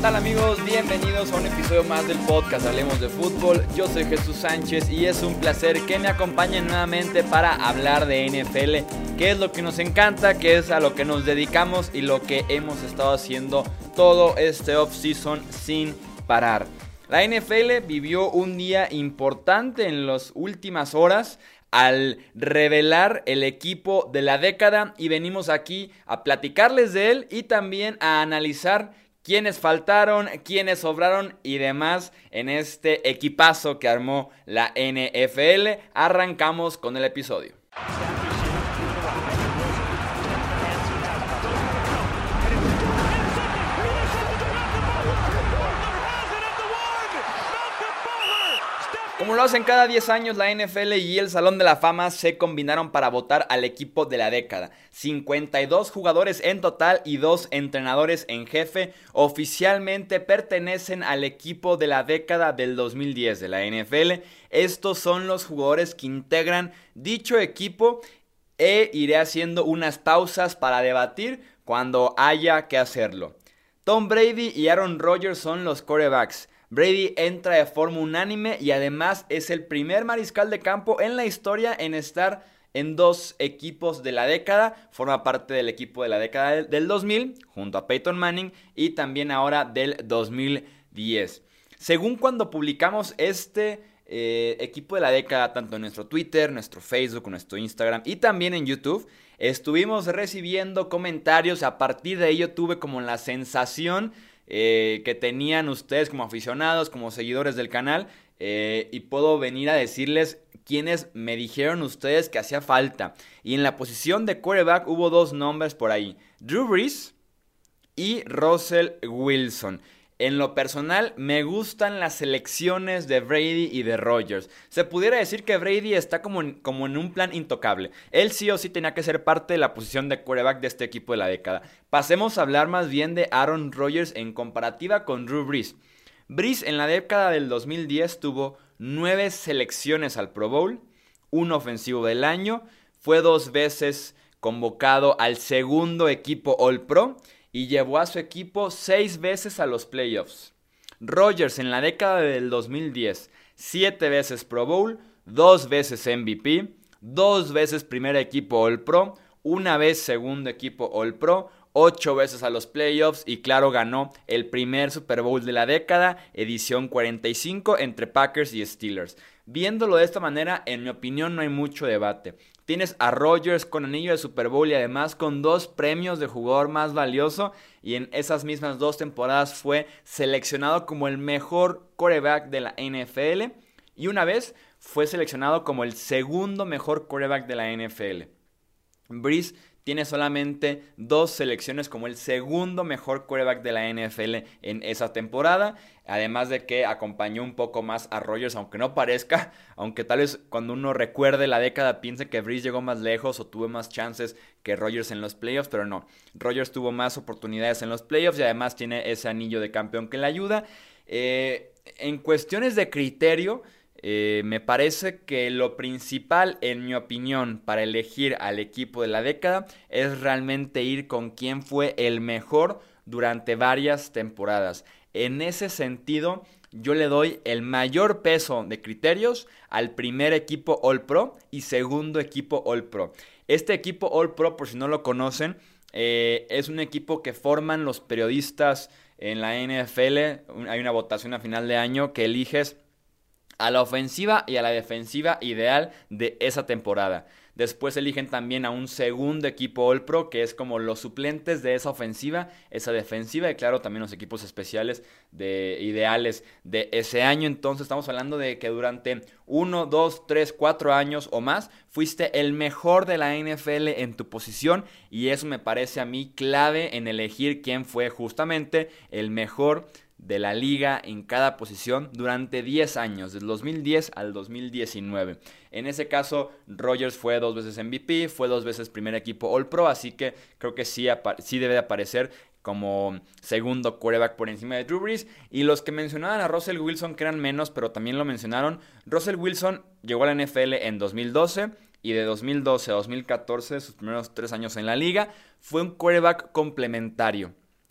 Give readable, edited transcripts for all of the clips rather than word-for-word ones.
tal amigos? Bienvenidos a un episodio más del podcast Hablemos de Fútbol. Yo soy Jesús Sánchez y es un placer que me acompañen nuevamente para hablar de NFL, que es lo que nos encanta, que es a lo que nos dedicamos y lo que hemos estado haciendo todo este off-season sin parar. La NFL vivió un día importante en las últimas horas al revelar el equipo de la década y venimos aquí a platicarles de él y también a analizar quiénes faltaron, quiénes sobraron y demás en este equipazo que armó la NFL. Arrancamos con el episodio. Como lo hacen cada 10 años, la NFL y el Salón de la Fama se combinaron para votar al equipo de la década. 52 jugadores en total y 2 entrenadores en jefe oficialmente pertenecen al equipo de la década del 2010 de la NFL. Estos son los jugadores que integran dicho equipo e iré haciendo unas pausas para debatir cuando haya que hacerlo. Tom Brady y Aaron Rodgers son los quarterbacks. Brady entra de forma unánime y además es el primer mariscal de campo en la historia en estar en 2 equipos de la década. Forma parte del equipo de la década del 2000 junto a Peyton Manning y también ahora del 2010. Según cuando publicamos este equipo de la década, tanto en nuestro Twitter, nuestro Facebook, nuestro Instagram y también en YouTube, estuvimos recibiendo comentarios. A partir de ello tuve como la sensación que tenían ustedes como aficionados, como seguidores del canal, y puedo venir a decirles quiénes me dijeron ustedes que hacía falta. Y en la posición de quarterback hubo 2 nombres por ahí: Drew Brees y Russell Wilson. En lo personal, me gustan las selecciones de Brady y de Rodgers. Se pudiera decir que Brady está como en un plan intocable. Él sí o sí tenía que ser parte de la posición de quarterback de este equipo de la década. Pasemos a hablar más bien de Aaron Rodgers en comparativa con Drew Brees. Brees en la década del 2010 tuvo 9 selecciones al Pro Bowl, un ofensivo del año, fue 2 veces convocado al segundo equipo All Pro y llevó a su equipo 6 veces a los playoffs. Rodgers en la década del 2010, 7 veces Pro Bowl, 2 veces MVP, 2 veces primer equipo All Pro, 1 vez segundo equipo All Pro, 8 veces a los playoffs y claro, ganó el primer Super Bowl de la década, edición 45 entre Packers y Steelers. Viéndolo de esta manera, en mi opinión no hay mucho debate. Tienes a Rodgers con anillo de Super Bowl y además con 2 premios de jugador más valioso, y en esas mismas 2 temporadas fue seleccionado como el mejor quarterback de la NFL y una vez fue seleccionado como el segundo mejor quarterback de la NFL. Brees tiene solamente 2 selecciones como el segundo mejor quarterback de la NFL en esa temporada. Además de que acompañó un poco más a Rodgers, aunque no parezca. Aunque tal vez cuando uno recuerde la década piense que Brees llegó más lejos o tuvo más chances que Rodgers en los playoffs. Pero no, Rodgers tuvo más oportunidades en los playoffs y además tiene ese anillo de campeón que le ayuda. En cuestiones de criterio, me parece que lo principal, en mi opinión, para elegir al equipo de la década es realmente ir con quién fue el mejor durante varias temporadas. En ese sentido, yo le doy el mayor peso de criterios al primer equipo All Pro y segundo equipo All Pro. Este equipo All Pro, por si no lo conocen, es un equipo que forman los periodistas en la NFL. Hay una votación a final de año que eliges a la ofensiva y a la defensiva ideal de esa temporada. Después eligen también a un segundo equipo All Pro, que es como los suplentes de esa ofensiva, esa defensiva, y claro, también los equipos especiales ideales de ese año. Entonces estamos hablando de que durante 1, 2, 3, 4 años o más fuiste el mejor de la NFL en tu posición, y eso me parece a mí clave en elegir quién fue justamente el mejor de la liga en cada posición durante 10 años, del 2010 al 2019. En ese caso, Rodgers fue 2 veces MVP, fue 2 veces primer equipo All Pro, así que creo que sí debe de aparecer como segundo quarterback por encima de Drew Brees. Y los que mencionaban a Russell Wilson, que eran menos, pero también lo mencionaron, Russell Wilson llegó a la NFL en 2012 y de 2012 a 2014, sus primeros 3 años en la liga, fue un quarterback complementario.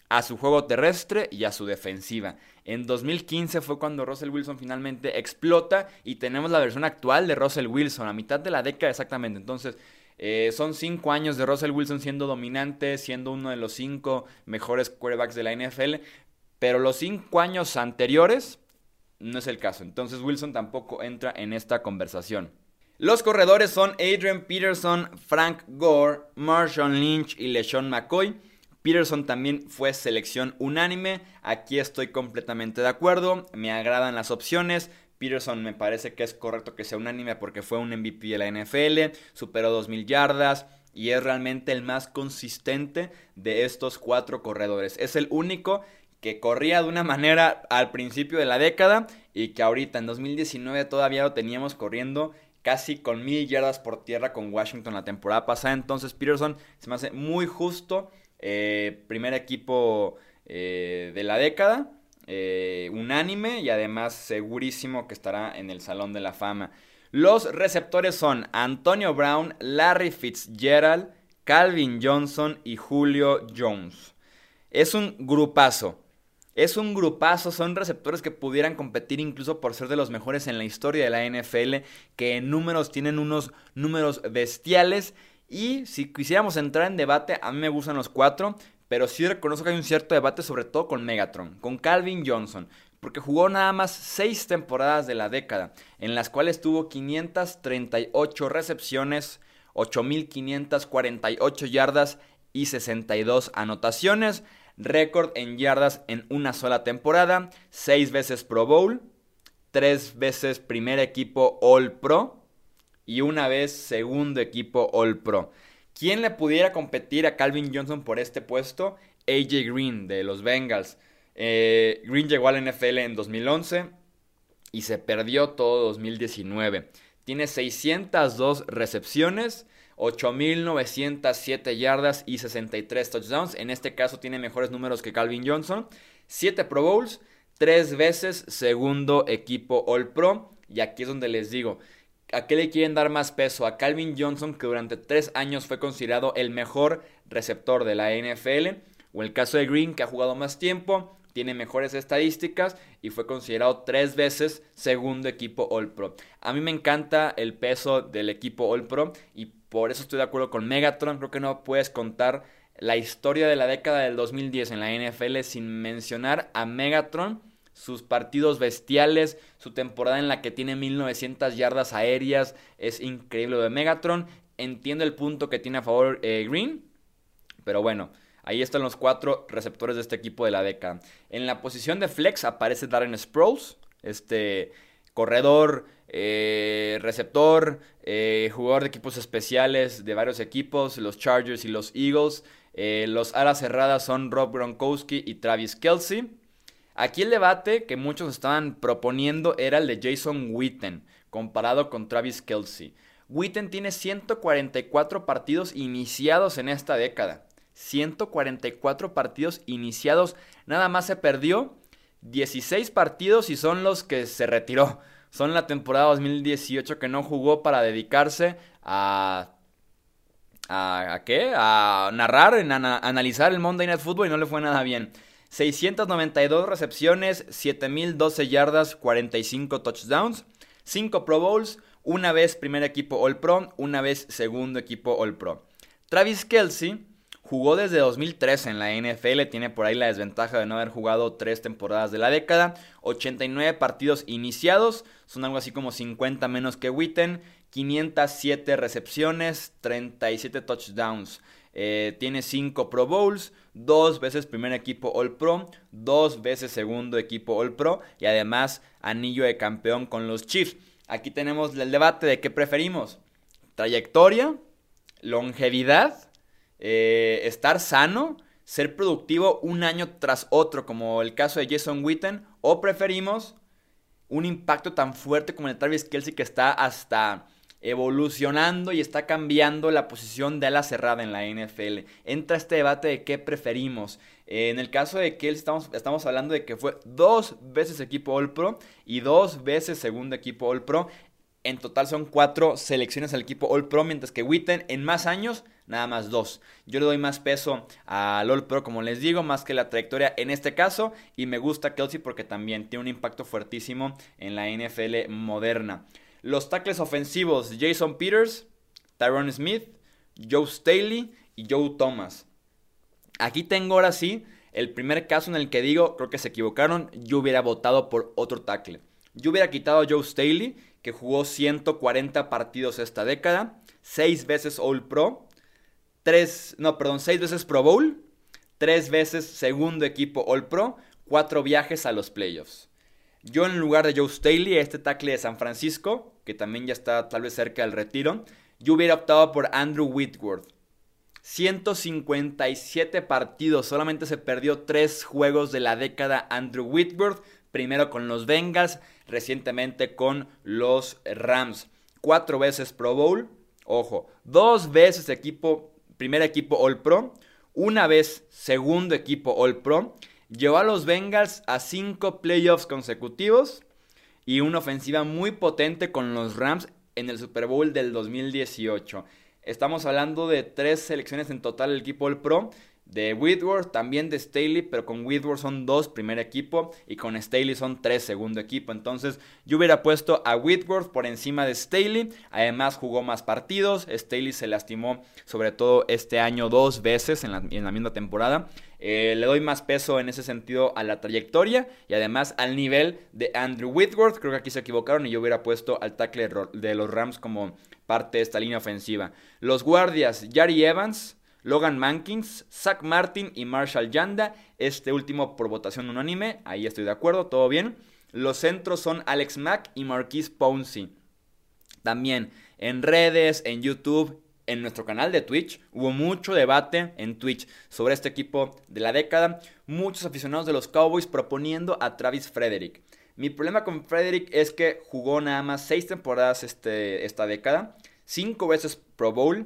a su juego terrestre y a su defensiva. En 2015 fue cuando Russell Wilson finalmente explota y tenemos la versión actual de Russell Wilson, a mitad de la década exactamente. Entonces, son 5 años de Russell Wilson siendo dominante, siendo uno de los 5 mejores quarterbacks de la NFL, pero los 5 años anteriores no es el caso. Entonces Wilson tampoco entra en esta conversación. Los corredores son Adrian Peterson, Frank Gore, Marshawn Lynch y LeSean McCoy. Peterson también fue selección unánime. Aquí estoy completamente de acuerdo. Me agradan las opciones. Peterson me parece que es correcto que sea unánime porque fue un MVP de la NFL. Superó 2,000 yardas y es realmente el más consistente de estos 4 corredores. Es el único que corría de una manera al principio de la década y que ahorita en 2019 todavía lo teníamos corriendo casi con 1,000 yardas por tierra con Washington la temporada pasada. Entonces Peterson se me hace muy justo. Primer equipo de la década, unánime y además segurísimo que estará en el Salón de la Fama. Los receptores son Antonio Brown, Larry Fitzgerald, Calvin Johnson y Julio Jones. Es un grupazo. Son receptores que pudieran competir incluso por ser de los mejores en la historia de la NFL, que en números tienen unos números bestiales. Y si quisiéramos entrar en debate, a mí me gustan los 4, pero sí reconozco que hay un cierto debate sobre todo con Megatron, con Calvin Johnson, porque jugó nada más 6 temporadas de la década, en las cuales tuvo 538 recepciones, 8,548 yardas y 62 anotaciones, récord en yardas en una sola temporada, 6 veces Pro Bowl, 3 veces primer equipo All Pro, y una vez segundo equipo All Pro. ¿Quién le pudiera competir a Calvin Johnson por este puesto? AJ Green de los Bengals. Green llegó a la NFL en 2011 y se perdió todo 2019. Tiene 602 recepciones, 8,907 yardas y 63 touchdowns. En este caso tiene mejores números que Calvin Johnson. 7 Pro Bowls, 3 veces segundo equipo All Pro. Y aquí es donde les digo, ¿a qué le quieren dar más peso? ¿A Calvin Johnson, que durante 3 años fue considerado el mejor receptor de la NFL? ¿O el caso de Green, que ha jugado más tiempo, tiene mejores estadísticas y fue considerado 3 veces segundo equipo All Pro? A mí me encanta el peso del equipo All Pro y por eso estoy de acuerdo con Megatron. Creo que no puedes contar la historia de la década del 2010 en la NFL sin mencionar a Megatron. Sus partidos bestiales, su temporada en la que tiene 1,900 yardas aéreas, es increíble lo de Megatron. Entiendo el punto que tiene a favor Green, pero bueno, ahí están los 4 receptores de este equipo de la década. En la posición de flex aparece Darren Sproles, corredor, receptor, jugador de equipos especiales de varios equipos, los Chargers y los Eagles. Los alas cerradas son Rob Gronkowski y Travis Kelce. Aquí el debate que muchos estaban proponiendo era el de Jason Witten, comparado con Travis Kelce. Witten tiene 144 partidos iniciados en esta década. 144 partidos iniciados, nada más se perdió 16 partidos y son los que se retiró. Son la temporada 2018 que no jugó para dedicarse a narrar, analizar el Monday Night Football y no le fue nada bien. 692 recepciones, 7,012 yardas, 45 touchdowns, 5 Pro Bowls, una vez primer equipo All Pro, una vez segundo equipo All Pro. Travis Kelce jugó desde 2013 en la NFL, tiene por ahí la desventaja de no haber jugado 3 temporadas de la década, 89 partidos iniciados, son algo así como 50 menos que Witten, 507 recepciones, 37 touchdowns. Tiene 5 Pro Bowls, 2 veces primer equipo All Pro, 2 veces segundo equipo All Pro y además anillo de campeón con los Chiefs. Aquí tenemos el debate de qué preferimos: trayectoria, longevidad, estar sano, ser productivo un año tras otro como el caso de Jason Witten, o preferimos un impacto tan fuerte como el de Travis Kelce, que está hasta evolucionando y está cambiando la posición de ala cerrada en la NFL. Entra este debate de qué preferimos. En el caso de Kelce estamos hablando de que fue 2 veces equipo All Pro y 2 veces segundo equipo All Pro. En total son 4 selecciones al equipo All Pro, mientras que Witten en más años nada más 2. Yo le doy más peso al All Pro, como les digo, más que la trayectoria en este caso, y me gusta Kelce porque también tiene un impacto fuertísimo en la NFL moderna. Los tackles ofensivos: Jason Peters, Tyron Smith, Joe Staley y Joe Thomas. Aquí tengo ahora sí el primer caso en el que digo, creo que se equivocaron, yo hubiera votado por otro tackle. Yo hubiera quitado a Joe Staley, que jugó 140 partidos esta década, 6 veces All Pro, 6 veces Pro Bowl, 3 veces segundo equipo All Pro, 4 viajes a los playoffs. Yo en lugar de Joe Staley, este tackle de San Francisco, que también ya está tal vez cerca del retiro, yo hubiera optado por Andrew Whitworth. 157 partidos, solamente se perdió 3 juegos de la década Andrew Whitworth, primero con los Bengals, recientemente con los Rams. 4 veces Pro Bowl, ojo, 2 veces primer equipo All Pro, 1 vez segundo equipo All Pro, llevó a los Bengals a 5 playoffs consecutivos y una ofensiva muy potente con los Rams en el Super Bowl del 2018. Estamos hablando de 3 selecciones en total del equipo All Pro, de Whitworth, también de Staley, pero con Whitworth son 2 primer equipo y con Staley son 3 segundo equipo. Entonces yo hubiera puesto a Whitworth por encima de Staley. Además jugó más partidos, Staley se lastimó sobre todo este año 2 veces en la misma temporada. Le doy más peso en ese sentido a la trayectoria y además al nivel de Andrew Whitworth. Creo que aquí se equivocaron y yo hubiera puesto al tackle de los Rams como parte de esta línea ofensiva. Los guardias: Jahri Evans, Logan Mankins, Zach Martin y Marshall Yanda. Este último por votación unánime, ahí estoy de acuerdo, todo bien. Los centros son Alex Mack y Marquise Pouncey. También en redes, en YouTube, en nuestro canal de Twitch, hubo mucho debate en Twitch sobre este equipo de la década. Muchos aficionados de los Cowboys proponiendo a Travis Frederick. Mi problema con Frederick es que jugó nada más 6 temporadas esta década, 5 veces Pro Bowl,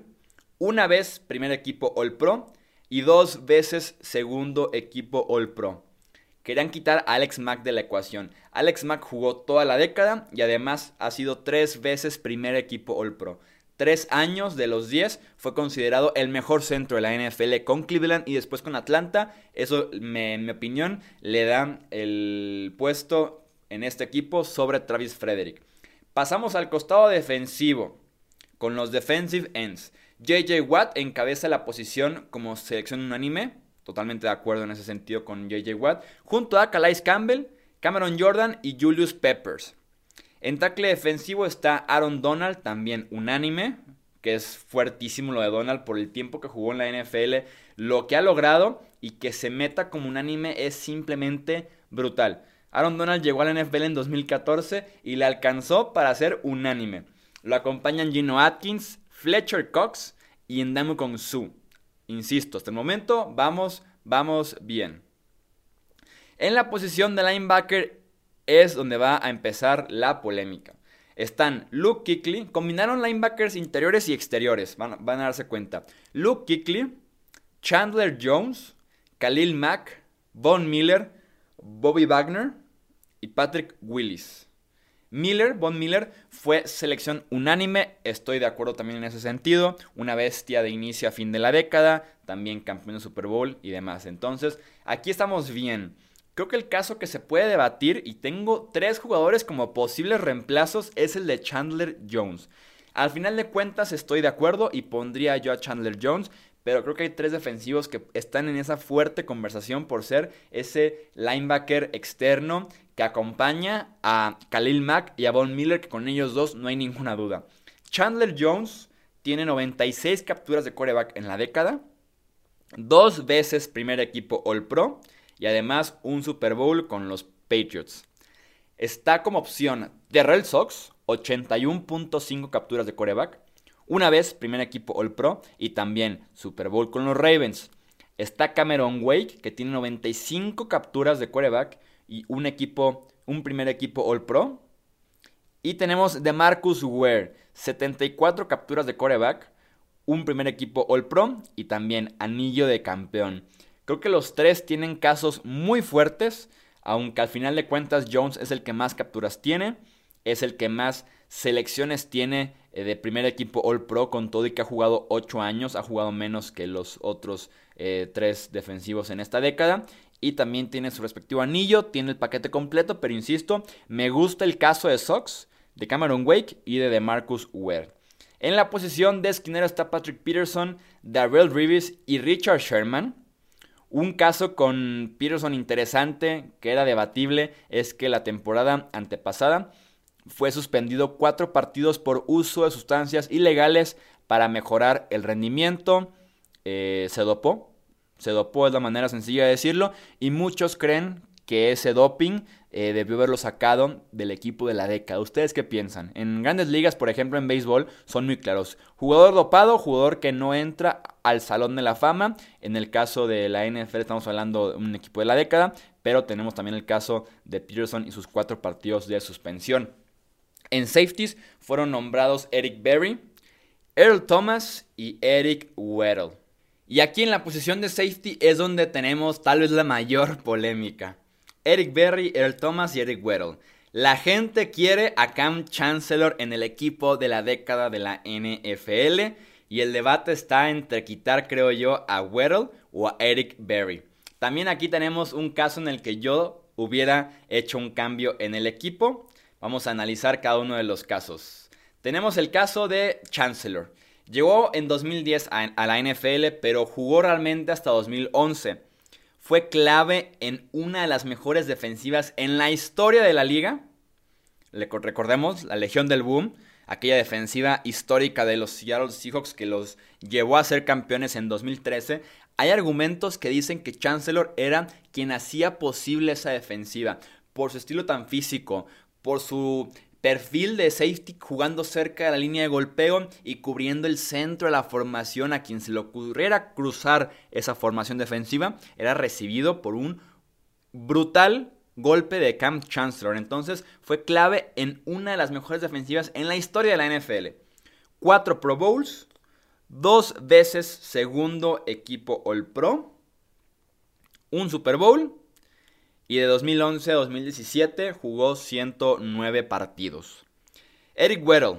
1 vez primer equipo All Pro y 2 veces segundo equipo All Pro. Querían quitar a Alex Mack de la ecuación. Alex Mack jugó toda la década y además ha sido 3 veces primer equipo All Pro. 3 años de los 10 fue considerado el mejor centro de la NFL con Cleveland y después con Atlanta. Eso, en mi opinión, le da el puesto en este equipo sobre Travis Frederick. Pasamos al costado defensivo con los defensive ends. J.J. Watt encabeza la posición como selección unánime. Totalmente de acuerdo en ese sentido con J.J. Watt. Junto a Calais Campbell, Cameron Jordan y Julius Peppers. En tackle defensivo está Aaron Donald, también unánime, que es fuertísimo lo de Donald por el tiempo que jugó en la NFL. Lo que ha logrado y que se meta como unánime es simplemente brutal. Aaron Donald llegó a la NFL en 2014 y le alcanzó para ser unánime. Lo acompañan Geno Atkins, Fletcher Cox y Ndamukong Suh. Insisto, hasta el momento vamos bien. En la posición de linebacker es donde va a empezar la polémica. Están Luke Kuechly, combinaron linebackers interiores y exteriores, van a darse cuenta. Luke Kuechly, Chandler Jones, Khalil Mack, Von Miller, Bobby Wagner y Patrick Willis. Von Miller fue selección unánime, estoy de acuerdo también en ese sentido, una bestia de inicio a fin de la década, también campeón de Super Bowl y demás. Entonces, aquí estamos bien. Creo que el caso que se puede debatir, y tengo 3 jugadores como posibles reemplazos, es el de Chandler Jones. Al final de cuentas estoy de acuerdo y pondría yo a Chandler Jones, pero creo que hay 3 defensivos que están en esa fuerte conversación por ser ese linebacker externo que acompaña a Khalil Mack y a Von Miller, que con ellos 2 no hay ninguna duda. Chandler Jones tiene 96 capturas de quarterback en la década, 2 veces primer equipo All Pro y además un Super Bowl con los Patriots. Está como opción Terrell Sox, 81.5 capturas de quarterback, 1 vez primer equipo All Pro y también Super Bowl con los Ravens. Está Cameron Wake, que tiene 95 capturas de quarterback y un primer equipo All Pro. Y tenemos DeMarcus Ware, 74 capturas de quarterback, un primer equipo All Pro y también anillo de campeón. Creo que los 3 tienen casos muy fuertes, aunque al final de cuentas Jones es el que más capturas tiene, es el que más selecciones tiene de primer equipo All Pro, con todo y que ha jugado 8 años, ha jugado menos que los otros 3 defensivos en esta década. Y también tiene su respectivo anillo, tiene el paquete completo, pero insisto, me gusta el caso de Sox, de Cameron Wake y de DeMarcus Ware. En la posición de esquinero está Patrick Peterson, Darrelle Revis y Richard Sherman. Un caso con Peterson interesante, que era debatible, es que la temporada antepasada fue suspendido 4 partidos por uso de sustancias ilegales para mejorar el rendimiento. Se dopó es la manera sencilla de decirlo, y muchos creen que ese doping debió haberlo sacado del equipo de la década. ¿Ustedes qué piensan? En grandes ligas, por ejemplo en béisbol, son muy claros. Jugador dopado, jugador que no entra al Salón de la Fama. En el caso de la NFL estamos hablando de un equipo de la década, pero tenemos también el caso de Peterson y sus 4 partidos de suspensión. En safeties fueron nombrados Eric Berry, Earl Thomas y Eric Weddle. Y aquí en la posición de safety es donde tenemos tal vez la mayor polémica. Eric Berry, Earl Thomas y Eric Weddle. La gente quiere a Kam Chancellor en el equipo de la década de la NFL. Y el debate está entre quitar, creo yo, a Weddle o a Eric Berry. También aquí tenemos un caso en el que yo hubiera hecho un cambio en el equipo. Vamos a analizar cada uno de los casos. Tenemos el caso de Chancellor. Llegó en 2010 a la NFL, pero jugó realmente hasta 2011. Fue clave en una de las mejores defensivas en la historia de la liga. Recordemos, la Legión del Boom, aquella defensiva histórica de los Seattle Seahawks que los llevó a ser campeones en 2013. Hay argumentos que dicen que Chancellor era quien hacía posible esa defensiva, por su estilo tan físico, por su perfil de safety jugando cerca de la línea de golpeo y cubriendo el centro de la formación. A quien se le ocurriera cruzar esa formación defensiva era recibido por un brutal golpe de Kam Chancellor. Entonces fue clave en una de las mejores defensivas en la historia de la NFL. 4 Pro Bowls, 2 veces segundo equipo All Pro, un Super Bowl. Y de 2011 a 2017 jugó 109 partidos. Eric Weddle,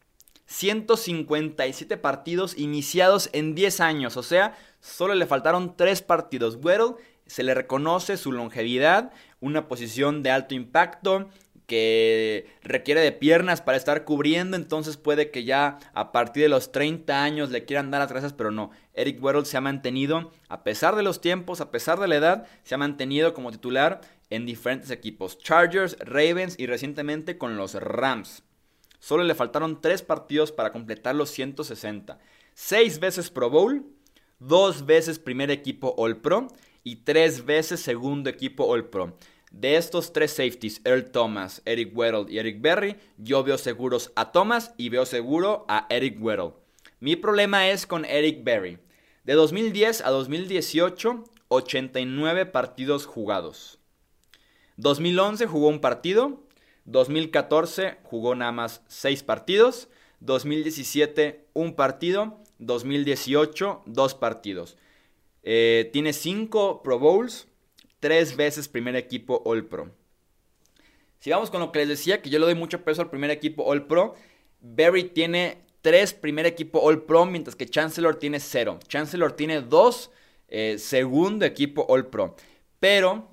157 partidos iniciados en 10 años. O sea, solo le faltaron 3 partidos. Weddle se le reconoce su longevidad, una posición de alto impacto que requiere de piernas para estar cubriendo, entonces puede que ya a partir de los 30 años le quieran dar las gracias, pero no. Eric Weddle se ha mantenido, a pesar de los tiempos, a pesar de la edad, se ha mantenido como titular en diferentes equipos: Chargers, Ravens y recientemente con los Rams. Solo le faltaron 3 partidos para completar los 160. 6 veces Pro Bowl, 2 veces primer equipo All Pro y 3 veces segundo equipo All Pro. De estos 3 safeties, Earl Thomas, Eric Weddle y Eric Berry, yo veo seguros a Thomas y veo seguro a Eric Weddle. Mi problema es con Eric Berry. De 2010 a 2018, 89 partidos jugados. 2011 jugó un partido. 2014 jugó nada más 6 partidos. 2017 un partido. 2018 2 partidos. Tiene 5 Pro Bowls. 3 veces primer equipo All Pro. Si vamos con lo que les decía, que yo le doy mucho peso al primer equipo All Pro, Berry tiene 3 primer equipo All Pro, mientras que Chancellor tiene 0. Chancellor tiene 2 segundo equipo All Pro. Pero,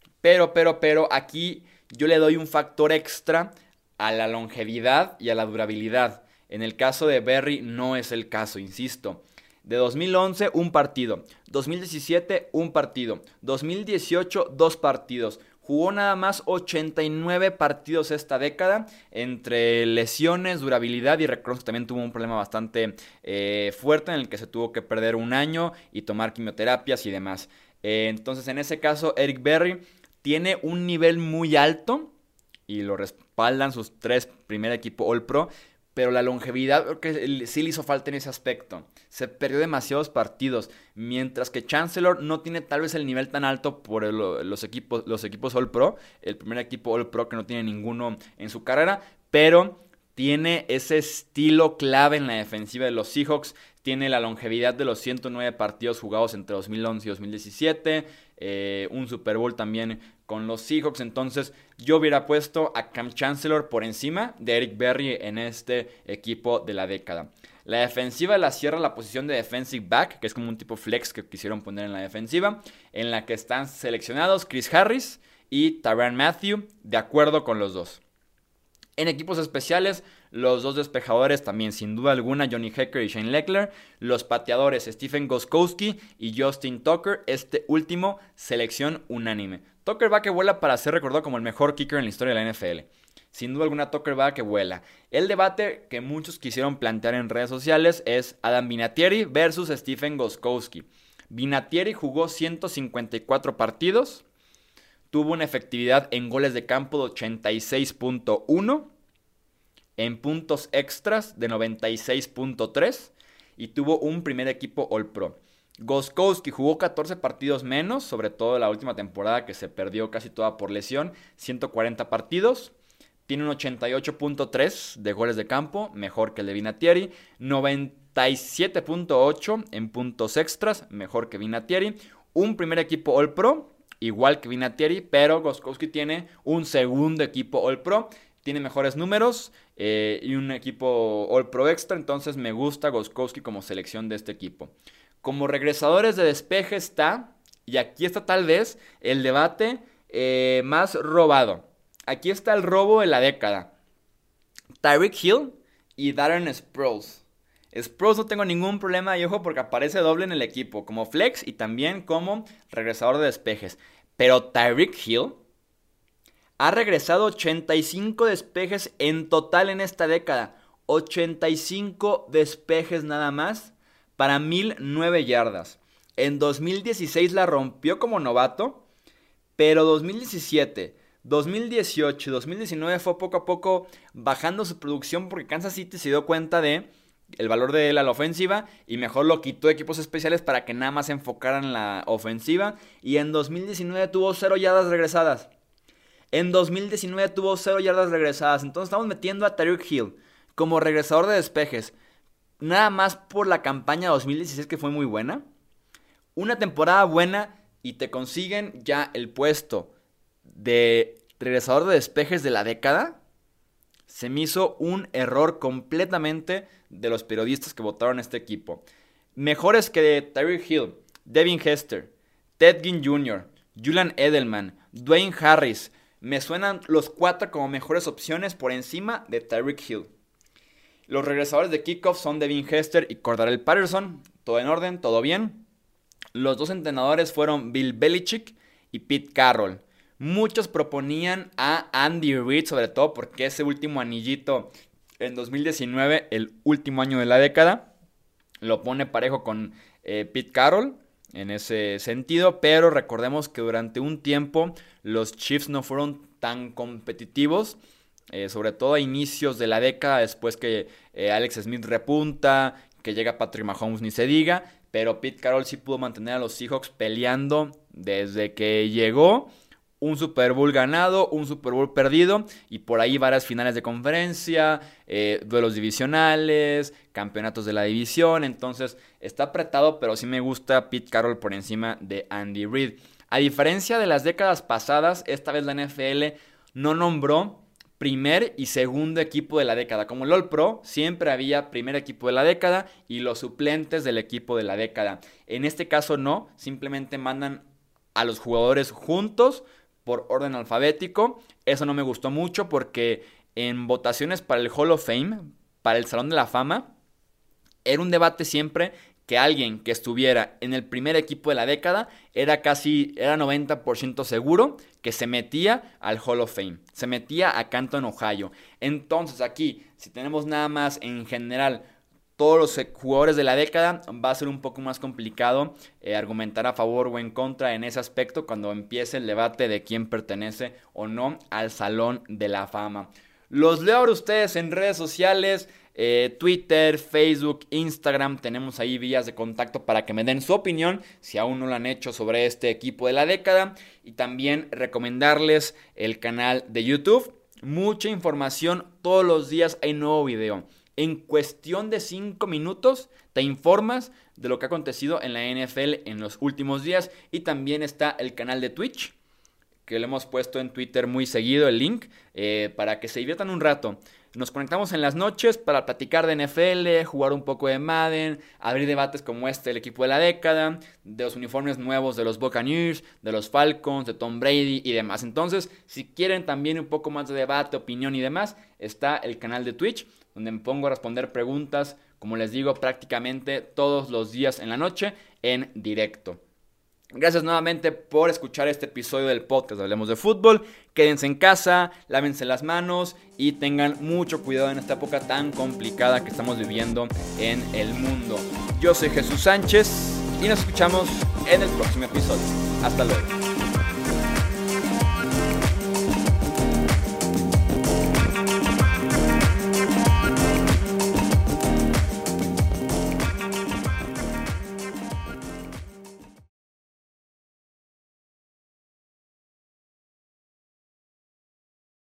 aquí yo le doy un factor extra a la longevidad y a la durabilidad. En el caso de Berry no es el caso, insisto. De 2011, un partido. 2017, un partido. 2018, 2 partidos. Jugó nada más 89 partidos esta década, entre lesiones, durabilidad, y reconozco que también tuvo un problema bastante fuerte en el que se tuvo que perder un año y tomar quimioterapias y demás. Entonces, en ese caso, Eric Berry tiene un nivel muy alto y lo respaldan sus 3 primer equipo All Pro. Pero la longevidad creo que sí le hizo falta en ese aspecto. Se perdió demasiados partidos. Mientras que Chancellor no tiene tal vez el nivel tan alto por los equipos All Pro. El primer equipo All Pro que no tiene ninguno en su carrera. Pero tiene ese estilo clave en la defensiva de los Seahawks. Tiene la longevidad de los 109 partidos jugados entre 2011 y 2017. Un Super Bowl también con los Seahawks. Entonces yo hubiera puesto a Cam Chancellor por encima de Eric Berry en este equipo de la década. La defensiva la cierra la posición de defensive back, que es como un tipo flex que quisieron poner en la defensiva, en la que están seleccionados Chris Harris y Tyrann Mathieu, de acuerdo con los dos. En equipos especiales, los dos despejadores también, sin duda alguna, Johnny Hekker y Shane Lechler. Los pateadores, Stephen Gostkowski y Justin Tucker, este último, selección unánime. Tucker va que vuela para ser recordado como el mejor kicker en la historia de la NFL. Sin duda alguna, Tucker va que vuela. El debate que muchos quisieron plantear en redes sociales es Adam Vinatieri versus Stephen Gostkowski. Vinatieri jugó 154 partidos. Tuvo una efectividad en goles de campo de 86.1, en puntos extras de 96.3 y tuvo un primer equipo All Pro. Gostkowski jugó 14 partidos menos, sobre todo la última temporada que se perdió casi toda por lesión, 140 partidos. Tiene un 88.3 de goles de campo, mejor que el de Vinatieri, 97.8 en puntos extras, mejor que Vinatieri. Un primer equipo All Pro, igual que Vinatieri, pero Gostkowski tiene un segundo equipo All Pro, tiene mejores números y un equipo All Pro extra, entonces me gusta Gostkowski como selección de este equipo. Como regresadores de despeje está, y aquí está tal vez el debate más robado. Aquí está el robo de la década. Tyreek Hill y Darren Sproles. Sproles no tengo ningún problema, y ojo, porque aparece doble en el equipo, como flex y también como regresador de despejes. Pero Tyreek Hill ha regresado 85 despejes en total en esta década. 85 despejes nada más para 1009 yardas. En 2016 la rompió como novato, pero 2017, 2018 y 2019 fue poco a poco bajando su producción porque Kansas City se dio cuenta de el valor de él a la ofensiva y mejor lo quitó de equipos especiales para que nada más se enfocaran en la ofensiva. Y en 2019 tuvo 0 yardas regresadas. Entonces estamos metiendo a Tyreek Hill como regresador de despejes, nada más por la campaña 2016 que fue muy buena. Una temporada buena y te consiguen ya el puesto de regresador de despejes de la década. Se me hizo un error completamente de los periodistas que votaron este equipo. Mejores que Tyreek Hill, Devin Hester, Ted Ginn Jr., Julian Edelman, Dwayne Harris. Me suenan los 4 como mejores opciones por encima de Tyreek Hill. Los regresadores de kickoff son Devin Hester y Cordarrelle Patterson. Todo en orden, todo bien. Los dos entrenadores fueron Bill Belichick y Pete Carroll. Muchos proponían a Andy Reid, sobre todo porque ese último anillito en 2019, el último año de la década, lo pone parejo con Pete Carroll en ese sentido. Pero recordemos que durante un tiempo los Chiefs no fueron tan competitivos, sobre todo a inicios de la década, después que Alex Smith repunta, que llega Patrick Mahomes, ni se diga. Pero Pete Carroll sí pudo mantener a los Seahawks peleando desde que llegó. Un Super Bowl ganado, un Super Bowl perdido y por ahí varias finales de conferencia, duelos divisionales, campeonatos de la división. Entonces está apretado, pero sí me gusta Pete Carroll por encima de Andy Reid. A diferencia de las décadas pasadas, esta vez la NFL no nombró primer y segundo equipo de la década. Como el All Pro, siempre había primer equipo de la década y los suplentes del equipo de la década. En este caso no, simplemente mandan a los jugadores juntos por orden alfabético. Eso no me gustó mucho porque en votaciones para el Hall of Fame, para el Salón de la Fama, era un debate siempre que alguien que estuviera en el primer equipo de la década era 90% seguro que se metía al Hall of Fame, se metía a Canton, Ohio. Entonces aquí, si tenemos nada más en general todos los jugadores de la década, va a ser un poco más complicado argumentar a favor o en contra en ese aspecto cuando empiece el debate de quién pertenece o no al Salón de la Fama. Los leo ahora ustedes en redes sociales, Twitter, Facebook, Instagram. Tenemos ahí vías de contacto para que me den su opinión si aún no lo han hecho sobre este equipo de la década. Y también recomendarles el canal de YouTube. Mucha información, todos los días hay nuevo video. En cuestión de 5 minutos te informas de lo que ha acontecido en la NFL en los últimos días. Y también está el canal de Twitch, que lo hemos puesto en Twitter muy seguido, el link, para que se diviertan un rato. Nos conectamos en las noches para platicar de NFL, jugar un poco de Madden, abrir debates como el equipo de la década, de los uniformes nuevos de los Buccaneers, de los Falcons, de Tom Brady y demás. Entonces, si quieren también un poco más de debate, opinión y demás, está el canal de Twitch, donde me pongo a responder preguntas, como les digo, prácticamente todos los días en la noche en directo. Gracias nuevamente por escuchar este episodio del podcast de Hablemos de Fútbol. Quédense en casa, lávense las manos y tengan mucho cuidado en esta época tan complicada que estamos viviendo en el mundo. Yo soy Jesús Sánchez y nos escuchamos en el próximo episodio. Hasta luego.